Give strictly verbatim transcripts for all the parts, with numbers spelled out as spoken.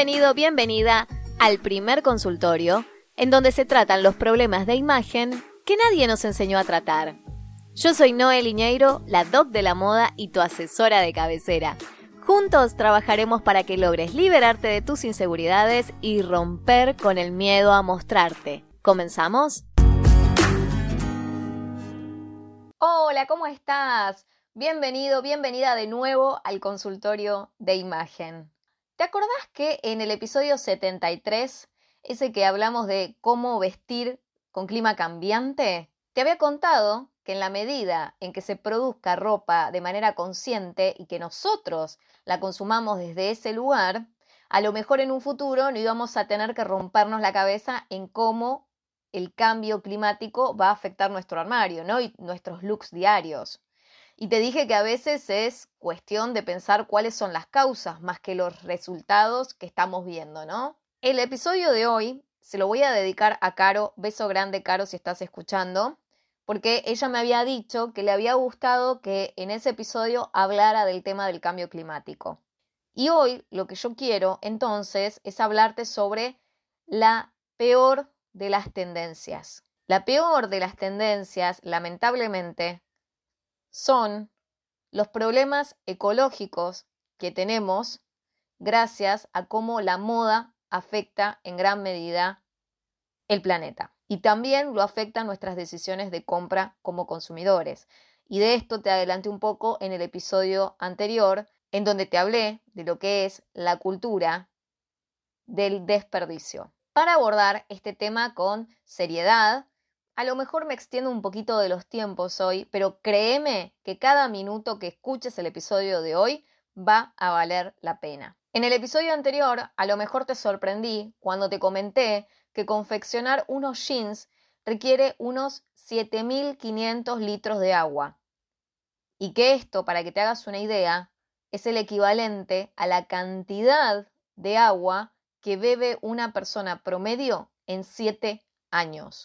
Bienvenido, bienvenida al primer consultorio, en donde se tratan los problemas de imagen que nadie nos enseñó a tratar. Yo soy Noe Liñeiro, la doc de la moda y tu asesora de cabecera. Juntos trabajaremos para que logres liberarte de tus inseguridades y romper con el miedo a mostrarte. ¿Comenzamos? Hola, ¿cómo estás? Bienvenido, bienvenida de nuevo al consultorio de imagen. ¿Te acordás que en el episodio setenta y tres, ese que hablamos de cómo vestir con clima cambiante, te había contado que en la medida en que se produzca ropa de manera consciente y que nosotros la consumamos desde ese lugar, a lo mejor en un futuro no íbamos a tener que rompernos la cabeza en cómo el cambio climático va a afectar nuestro armario, ¿no? Y nuestros looks diarios. Y te dije que a veces es cuestión de pensar cuáles son las causas más que los resultados que estamos viendo, ¿no? El episodio de hoy se lo voy a dedicar a Caro. Beso grande, Caro, si estás escuchando, porque ella me había dicho que le había gustado que en ese episodio hablara del tema del cambio climático. Y hoy lo que yo quiero entonces es hablarte sobre la peor de las tendencias. La peor de las tendencias, lamentablemente, son los problemas ecológicos que tenemos gracias a cómo la moda afecta en gran medida el planeta. Y también lo afectan nuestras decisiones de compra como consumidores. Y de esto te adelanté un poco en el episodio anterior, en donde te hablé de lo que es la cultura del desperdicio. Para abordar este tema con seriedad, a lo mejor me extiendo un poquito de los tiempos hoy, pero créeme que cada minuto que escuches el episodio de hoy va a valer la pena. En el episodio anterior, a lo mejor te sorprendí cuando te comenté que confeccionar unos jeans requiere unos siete mil quinientos litros de agua. Y que esto, para que te hagas una idea, es el equivalente a la cantidad de agua que bebe una persona promedio en siete años.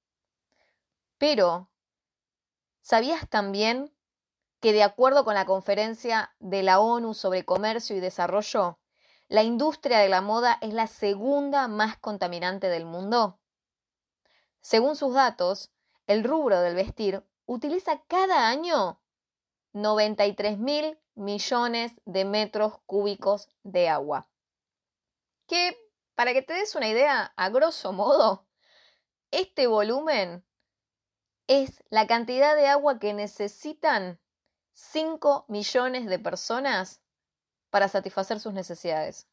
Pero, ¿sabías también que de acuerdo con la conferencia de la ONU sobre comercio y desarrollo, la industria de la moda es la segunda más contaminante del mundo? Según sus datos, el rubro del vestir utiliza cada año noventa y tres mil millones de metros cúbicos de agua. Que, para que te des una idea, a grosso modo, este volumen es la cantidad de agua que necesitan cinco millones de personas para satisfacer sus necesidades.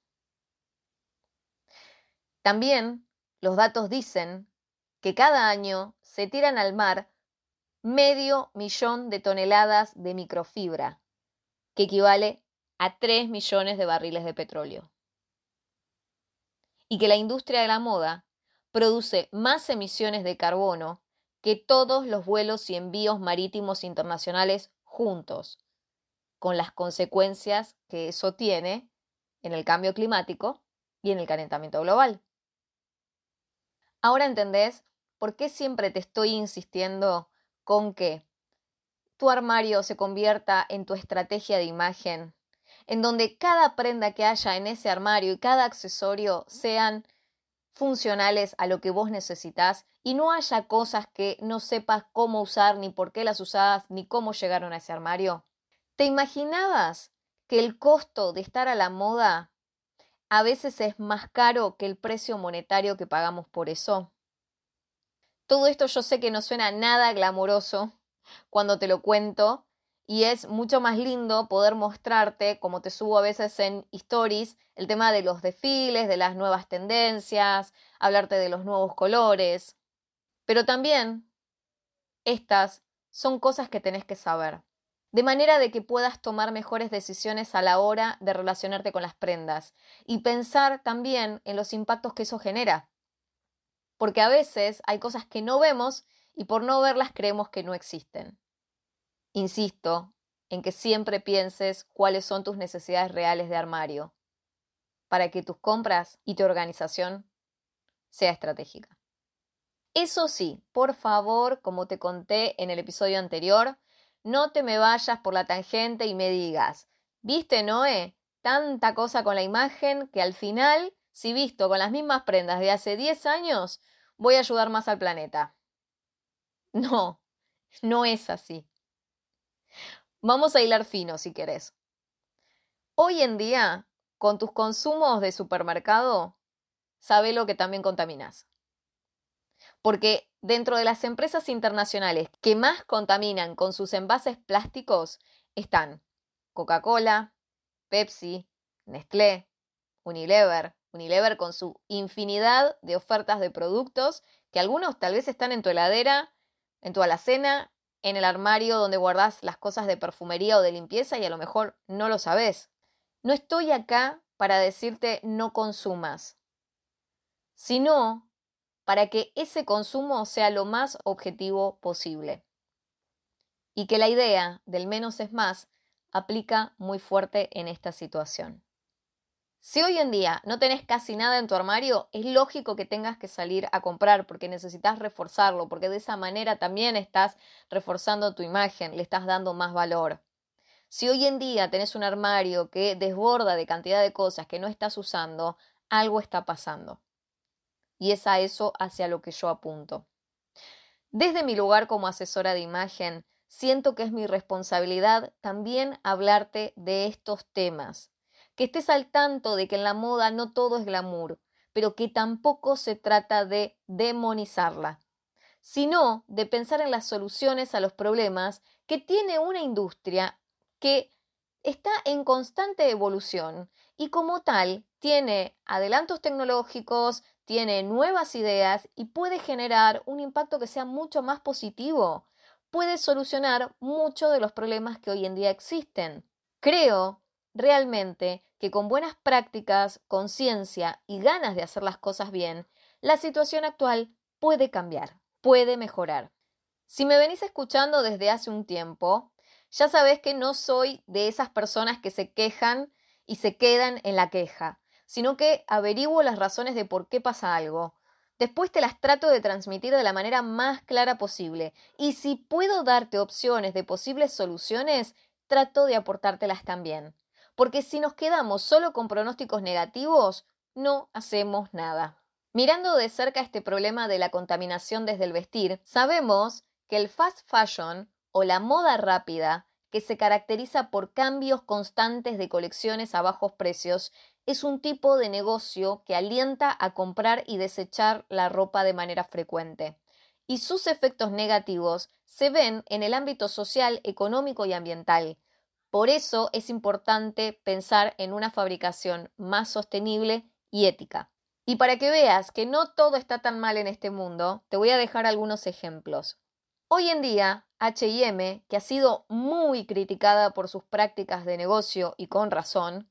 También los datos dicen que cada año se tiran al mar medio millón de toneladas de microfibra, que equivale a tres millones de barriles de petróleo. Y que la industria de la moda produce más emisiones de carbono que todos los vuelos y envíos marítimos internacionales juntos, con las consecuencias que eso tiene en el cambio climático y en el calentamiento global. Ahora entendés por qué siempre te estoy insistiendo con que tu armario se convierta en tu estrategia de imagen, en donde cada prenda que haya en ese armario y cada accesorio sean funcionales a lo que vos necesitas y no haya cosas que no sepas cómo usar, ni por qué las usabas, ni cómo llegaron a ese armario. ¿Te imaginabas que el costo de estar a la moda a veces es más caro que el precio monetario que pagamos por eso? Todo esto yo sé que no suena nada glamoroso cuando te lo cuento, y es mucho más lindo poder mostrarte, como te subo a veces en stories, el tema de los desfiles, de las nuevas tendencias, hablarte de los nuevos colores. Pero también estas son cosas que tenés que saber, de manera de que puedas tomar mejores decisiones a la hora de relacionarte con las prendas y pensar también en los impactos que eso genera. Porque a veces hay cosas que no vemos y por no verlas creemos que no existen. Insisto en que siempre pienses cuáles son tus necesidades reales de armario para que tus compras y tu organización sea estratégica. Eso sí, por favor, como te conté en el episodio anterior, no te me vayas por la tangente y me digas, ¿viste, Noé? tanta cosa con la imagen que al final, si visto con las mismas prendas de hace diez años, voy a ayudar más al planeta. No, no es así. Vamos a hilar fino si querés. Hoy en día, con tus consumos de supermercado, sabe lo que también contaminas. Porque dentro de las empresas internacionales que más contaminan con sus envases plásticos están Coca-Cola, Pepsi, Nestlé, Unilever. Unilever con su infinidad de ofertas de productos que algunos tal vez están en tu heladera, en tu alacena, en el armario donde guardás las cosas de perfumería o de limpieza y a lo mejor no lo sabés. No estoy acá para decirte no consumas, sino para que ese consumo sea lo más objetivo posible. Y que la idea del menos es más aplica muy fuerte en esta situación. Si hoy en día no tenés casi nada en tu armario, es lógico que tengas que salir a comprar porque necesitas reforzarlo, porque de esa manera también estás reforzando tu imagen, le estás dando más valor. Si hoy en día tenés un armario que desborda de cantidad de cosas que no estás usando, algo está pasando. Y es a eso hacia lo que yo apunto. Desde mi lugar como asesora de imagen, siento que es mi responsabilidad también hablarte de estos temas. Que estés al tanto de que en la moda no todo es glamour, pero que tampoco se trata de demonizarla, sino de pensar en las soluciones a los problemas que tiene una industria que está en constante evolución y como tal tiene adelantos tecnológicos, tiene nuevas ideas y puede generar un impacto que sea mucho más positivo. Puede solucionar muchos de los problemas que hoy en día existen. Creo realmente que con buenas prácticas, conciencia y ganas de hacer las cosas bien, la situación actual puede cambiar, puede mejorar. Si me venís escuchando desde hace un tiempo, ya sabés que no soy de esas personas que se quejan y se quedan en la queja, sino que averiguo las razones de por qué pasa algo. Después te las trato de transmitir de la manera más clara posible y si puedo darte opciones de posibles soluciones, trato de aportártelas también. Porque si nos quedamos solo con pronósticos negativos, no hacemos nada. Mirando de cerca este problema de la contaminación desde el vestir, sabemos que el fast fashion o la moda rápida, que se caracteriza por cambios constantes de colecciones a bajos precios, es un tipo de negocio que alienta a comprar y desechar la ropa de manera frecuente. Y sus efectos negativos se ven en el ámbito social, económico y ambiental. Por eso es importante pensar en una fabricación más sostenible y ética. Y para que veas que no todo está tan mal en este mundo, te voy a dejar algunos ejemplos. Hoy en día, H y M, que ha sido muy criticada por sus prácticas de negocio y con razón,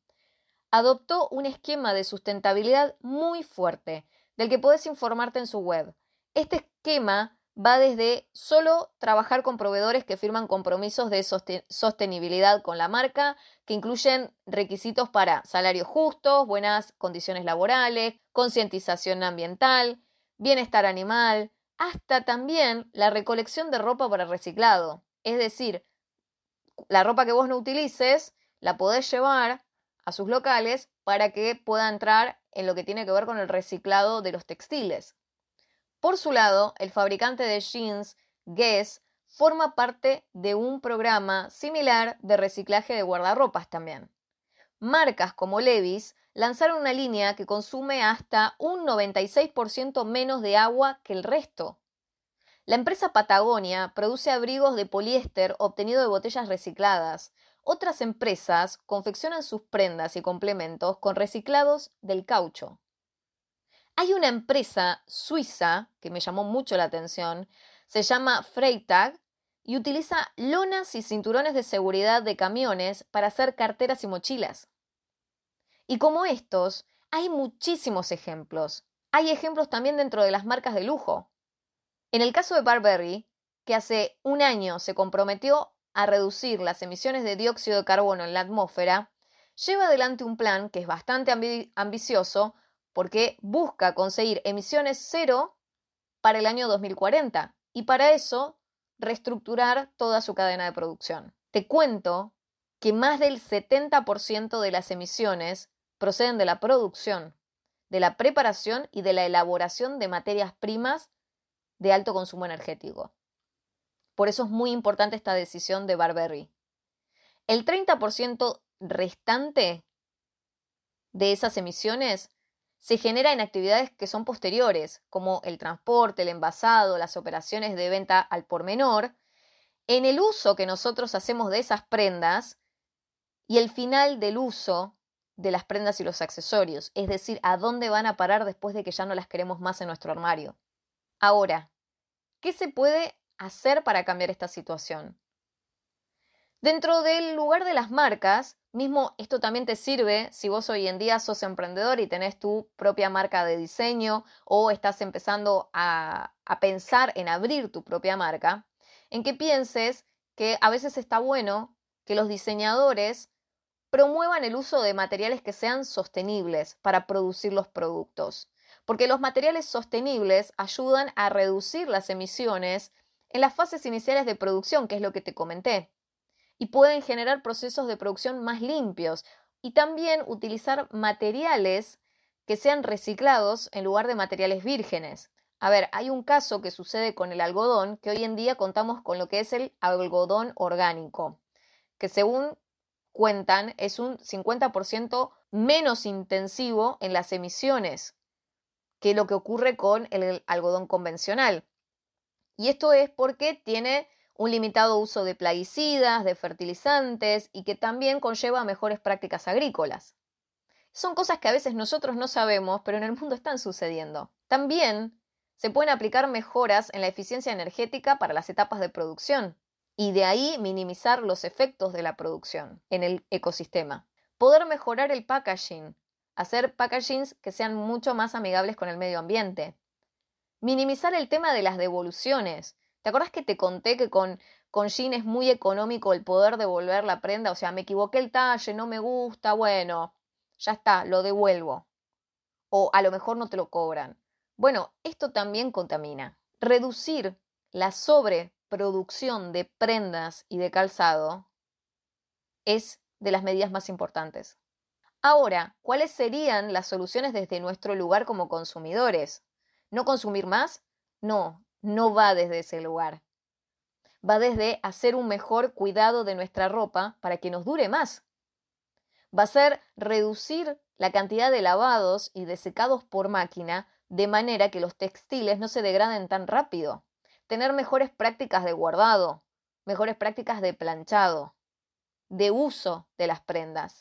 adoptó un esquema de sustentabilidad muy fuerte, del que puedes informarte en su web. Este esquema va desde solo trabajar con proveedores que firman compromisos de sostenibilidad con la marca, que incluyen requisitos para salarios justos, buenas condiciones laborales, concientización ambiental, bienestar animal, hasta también la recolección de ropa para reciclado. Es decir, la ropa que vos no utilices la podés llevar a sus locales para que pueda entrar en lo que tiene que ver con el reciclado de los textiles. Por su lado, el fabricante de jeans, Guess, forma parte de un programa similar de reciclaje de guardarropas también. Marcas como Levi's lanzaron una línea que consume hasta un noventa y seis por ciento menos de agua que el resto. La empresa Patagonia produce abrigos de poliéster obtenido de botellas recicladas. Otras empresas confeccionan sus prendas y complementos con reciclados del caucho. Hay una empresa suiza que me llamó mucho la atención, se llama Freytag y utiliza lonas y cinturones de seguridad de camiones para hacer carteras y mochilas. Y como estos, hay muchísimos ejemplos. Hay ejemplos también dentro de las marcas de lujo. En el caso de Burberry, que hace un año se comprometió a reducir las emisiones de dióxido de carbono en la atmósfera, lleva adelante un plan que es bastante ambi- ambicioso porque busca conseguir emisiones cero para el año dos mil cuarenta y para eso reestructurar toda su cadena de producción. Te cuento que más del setenta por ciento de las emisiones proceden de la producción, de la preparación y de la elaboración de materias primas de alto consumo energético. Por eso es muy importante esta decisión de Barberry. El treinta por ciento restante de esas emisiones se genera en actividades que son posteriores, como el transporte, el envasado, las operaciones de venta al por menor, en el uso que nosotros hacemos de esas prendas y el final del uso de las prendas y los accesorios, es decir, a dónde van a parar después de que ya no las queremos más en nuestro armario. Ahora, ¿qué se puede hacer para cambiar esta situación? Dentro del lugar de las marcas, mismo esto también te sirve si vos hoy en día sos emprendedor y tenés tu propia marca de diseño o estás empezando a, a pensar en abrir tu propia marca, en que pienses que a veces está bueno que los diseñadores promuevan el uso de materiales que sean sostenibles para producir los productos, porque los materiales sostenibles ayudan a reducir las emisiones en las fases iniciales de producción, que es lo que te comenté, y pueden generar procesos de producción más limpios y también utilizar materiales que sean reciclados en lugar de materiales vírgenes. A ver, hay un caso que sucede con el algodón, que hoy en día contamos con lo que es el algodón orgánico, que según cuentan es un cincuenta por ciento menos intensivo en las emisiones que lo que ocurre con el algodón convencional. Y esto es porque tiene un limitado uso de plaguicidas, de fertilizantes y que también conlleva mejores prácticas agrícolas. Son cosas que a veces nosotros no sabemos, pero en el mundo están sucediendo. También se pueden aplicar mejoras en la eficiencia energética para las etapas de producción y de ahí minimizar los efectos de la producción en el ecosistema. Poder mejorar el packaging, hacer packagings que sean mucho más amigables con el medio ambiente. Minimizar el tema de las devoluciones. ¿Te acordás que te conté que con, con jean es muy económico el poder devolver la prenda? O sea, me equivoqué el talle, no me gusta, bueno, ya está, lo devuelvo. O a lo mejor no te lo cobran. Bueno, esto también contamina. Reducir la sobreproducción de prendas y de calzado es de las medidas más importantes. Ahora, ¿cuáles serían las soluciones desde nuestro lugar como consumidores? ¿No consumir más? No, no va desde ese lugar. Va desde hacer un mejor cuidado de nuestra ropa para que nos dure más. Va a ser reducir la cantidad de lavados y de secados por máquina de manera que los textiles no se degraden tan rápido. Tener mejores prácticas de guardado, mejores prácticas de planchado, de uso de las prendas.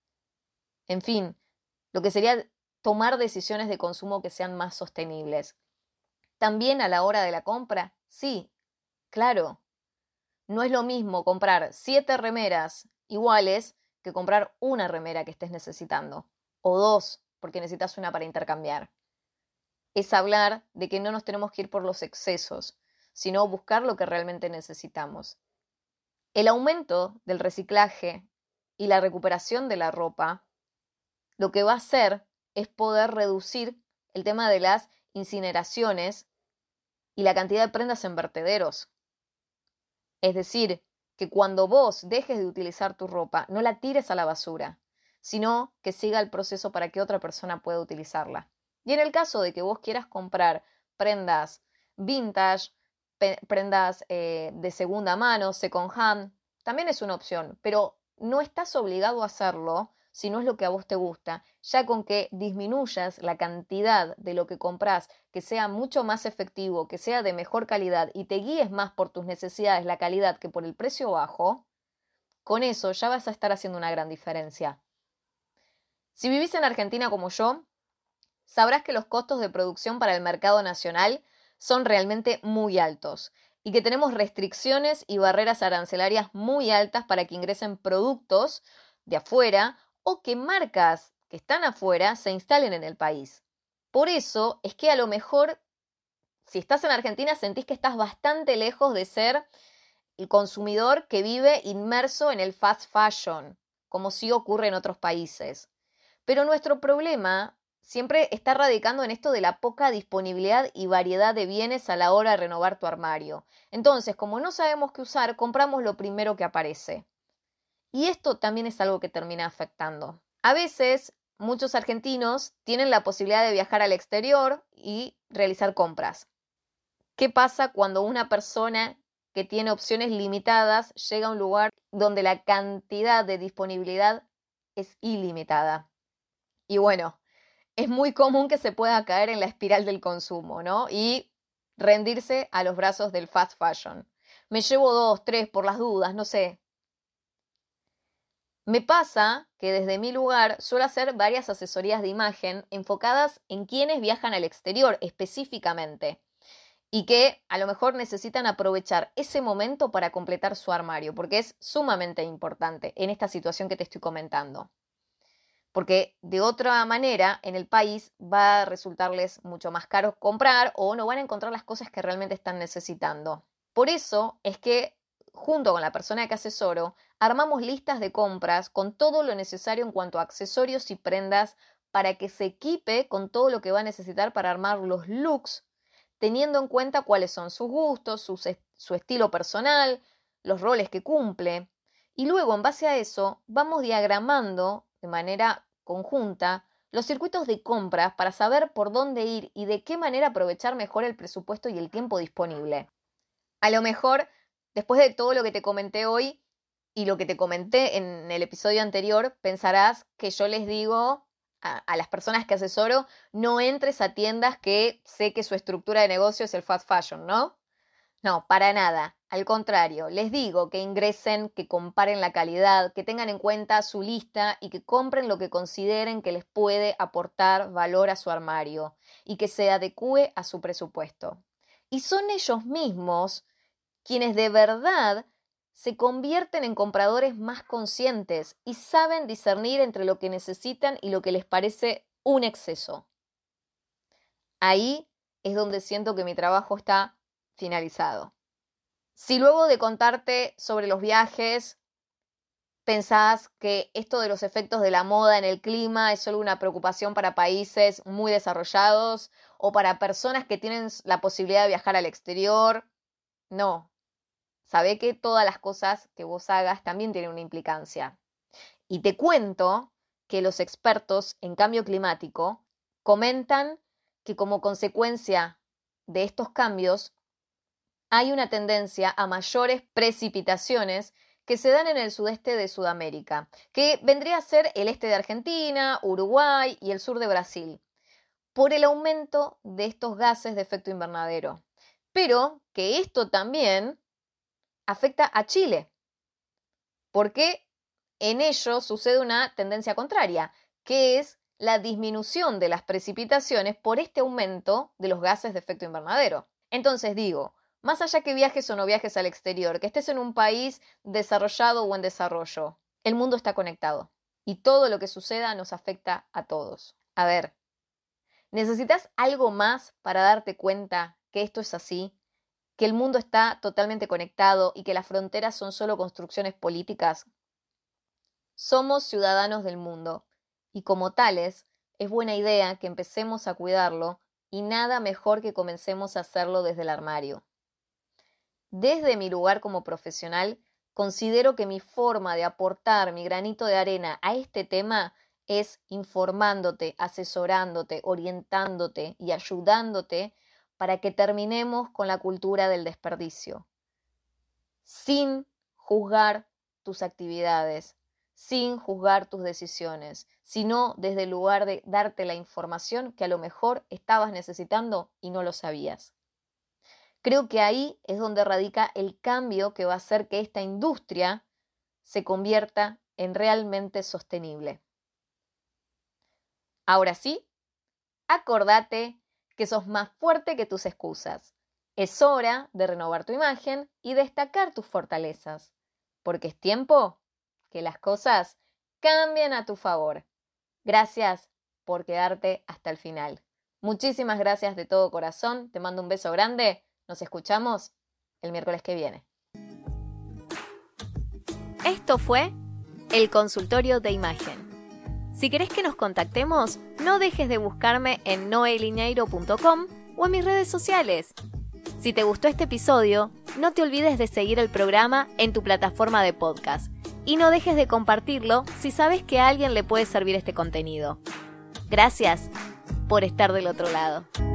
En fin, lo que sería tomar decisiones de consumo que sean más sostenibles. También a la hora de la compra, sí, claro, no es lo mismo comprar siete remeras iguales que comprar una remera que estés necesitando, o dos, porque necesitas una para intercambiar. Es hablar de que no nos tenemos que ir por los excesos, sino buscar lo que realmente necesitamos. El aumento del reciclaje y la recuperación de la ropa, lo que va a hacer es poder reducir el tema de las incineraciones y la cantidad de prendas en vertederos. Es decir, que cuando vos dejes de utilizar tu ropa, no la tires a la basura, sino que siga el proceso para que otra persona pueda utilizarla. Y en el caso de que vos quieras comprar prendas vintage, prendas eh, de segunda mano, second hand, también es una opción, pero no estás obligado a hacerlo si no es lo que a vos te gusta, ya con que disminuyas la cantidad de lo que compras, que sea mucho más efectivo, que sea de mejor calidad y te guíes más por tus necesidades, la calidad, que por el precio bajo, con eso ya vas a estar haciendo una gran diferencia. Si vivís en Argentina como yo, sabrás que los costos de producción para el mercado nacional son realmente muy altos y que tenemos restricciones y barreras arancelarias muy altas para que ingresen productos de afuera o que marcas que están afuera se instalen en el país. Por eso es que a lo mejor, si estás en Argentina, sentís que estás bastante lejos de ser el consumidor que vive inmerso en el fast fashion, como sí ocurre en otros países. Pero nuestro problema siempre está radicando en esto de la poca disponibilidad y variedad de bienes a la hora de renovar tu armario. Entonces, como no sabemos qué usar, compramos lo primero que aparece. Y esto también es algo que termina afectando. A veces, muchos argentinos tienen la posibilidad de viajar al exterior y realizar compras. ¿Qué pasa cuando una persona que tiene opciones limitadas llega a un lugar donde la cantidad de disponibilidad es ilimitada? Y bueno, es muy común que se pueda caer en la espiral del consumo, ¿no? Y rendirse a los brazos del fast fashion. Me llevo dos, tres por las dudas, no sé. Me pasa que desde mi lugar suelo hacer varias asesorías de imagen enfocadas en quienes viajan al exterior específicamente y que a lo mejor necesitan aprovechar ese momento para completar su armario, porque es sumamente importante en esta situación que te estoy comentando. Porque de otra manera en el país va a resultarles mucho más caro comprar o no van a encontrar las cosas que realmente están necesitando. Por eso es que junto con la persona que asesoro, armamos listas de compras con todo lo necesario en cuanto a accesorios y prendas para que se equipe con todo lo que va a necesitar para armar los looks, teniendo en cuenta cuáles son sus gustos, su, su estilo personal, los roles que cumple. Y luego, en base a eso, vamos diagramando de manera conjunta los circuitos de compras para saber por dónde ir y de qué manera aprovechar mejor el presupuesto y el tiempo disponible. A lo mejor, después de todo lo que te comenté hoy y lo que te comenté en el episodio anterior, pensarás que yo les digo a, a las personas que asesoro, no entres a tiendas que sé que su estructura de negocio es el fast fashion, ¿no? No, para nada. Al contrario, les digo que ingresen, que comparen la calidad, que tengan en cuenta su lista y que compren lo que consideren que les puede aportar valor a su armario y que se adecúe a su presupuesto. Y son ellos mismos quienes de verdad se convierten en compradores más conscientes y saben discernir entre lo que necesitan y lo que les parece un exceso. Ahí es donde siento que mi trabajo está finalizado. Si luego de contarte sobre los viajes pensás que esto de los efectos de la moda en el clima es solo una preocupación para países muy desarrollados o para personas que tienen la posibilidad de viajar al exterior, no. Sabé que todas las cosas que vos hagas también tienen una implicancia. Y te cuento que los expertos en cambio climático comentan que como consecuencia de estos cambios hay una tendencia a mayores precipitaciones que se dan en el sudeste de Sudamérica, que vendría a ser el este de Argentina, Uruguay y el sur de Brasil, por el aumento de estos gases de efecto invernadero. Pero que esto también afecta a Chile, porque en ello sucede una tendencia contraria, que es la disminución de las precipitaciones por este aumento de los gases de efecto invernadero. Entonces digo, más allá que viajes o no viajes al exterior, que estés en un país desarrollado o en desarrollo, el mundo está conectado y todo lo que suceda nos afecta a todos. A ver, ¿necesitas algo más para darte cuenta que esto es así? ¿Que el mundo está totalmente conectado y que las fronteras son solo construcciones políticas? Somos ciudadanos del mundo y como tales es buena idea que empecemos a cuidarlo y nada mejor que comencemos a hacerlo desde el armario. Desde mi lugar como profesional, considero que mi forma de aportar mi granito de arena a este tema es informándote, asesorándote, orientándote y ayudándote para que terminemos con la cultura del desperdicio, sin juzgar tus actividades, sin juzgar tus decisiones, sino desde el lugar de darte la información que a lo mejor estabas necesitando y no lo sabías. Creo que ahí es donde radica el cambio que va a hacer que esta industria se convierta en realmente sostenible. Ahora sí, acordate que sos más fuerte que tus excusas. Es hora de renovar tu imagen y destacar tus fortalezas, porque es tiempo que las cosas cambien a tu favor. Gracias por quedarte hasta el final. Muchísimas gracias de todo corazón. Te mando un beso grande. Nos escuchamos el miércoles que viene. Esto fue el consultorio de imagen. Si querés que nos contactemos, no dejes de buscarme en noelineiro punto com o en mis redes sociales. Si te gustó este episodio, no te olvides de seguir el programa en tu plataforma de podcast y no dejes de compartirlo si sabes que a alguien le puede servir este contenido. Gracias por estar del otro lado.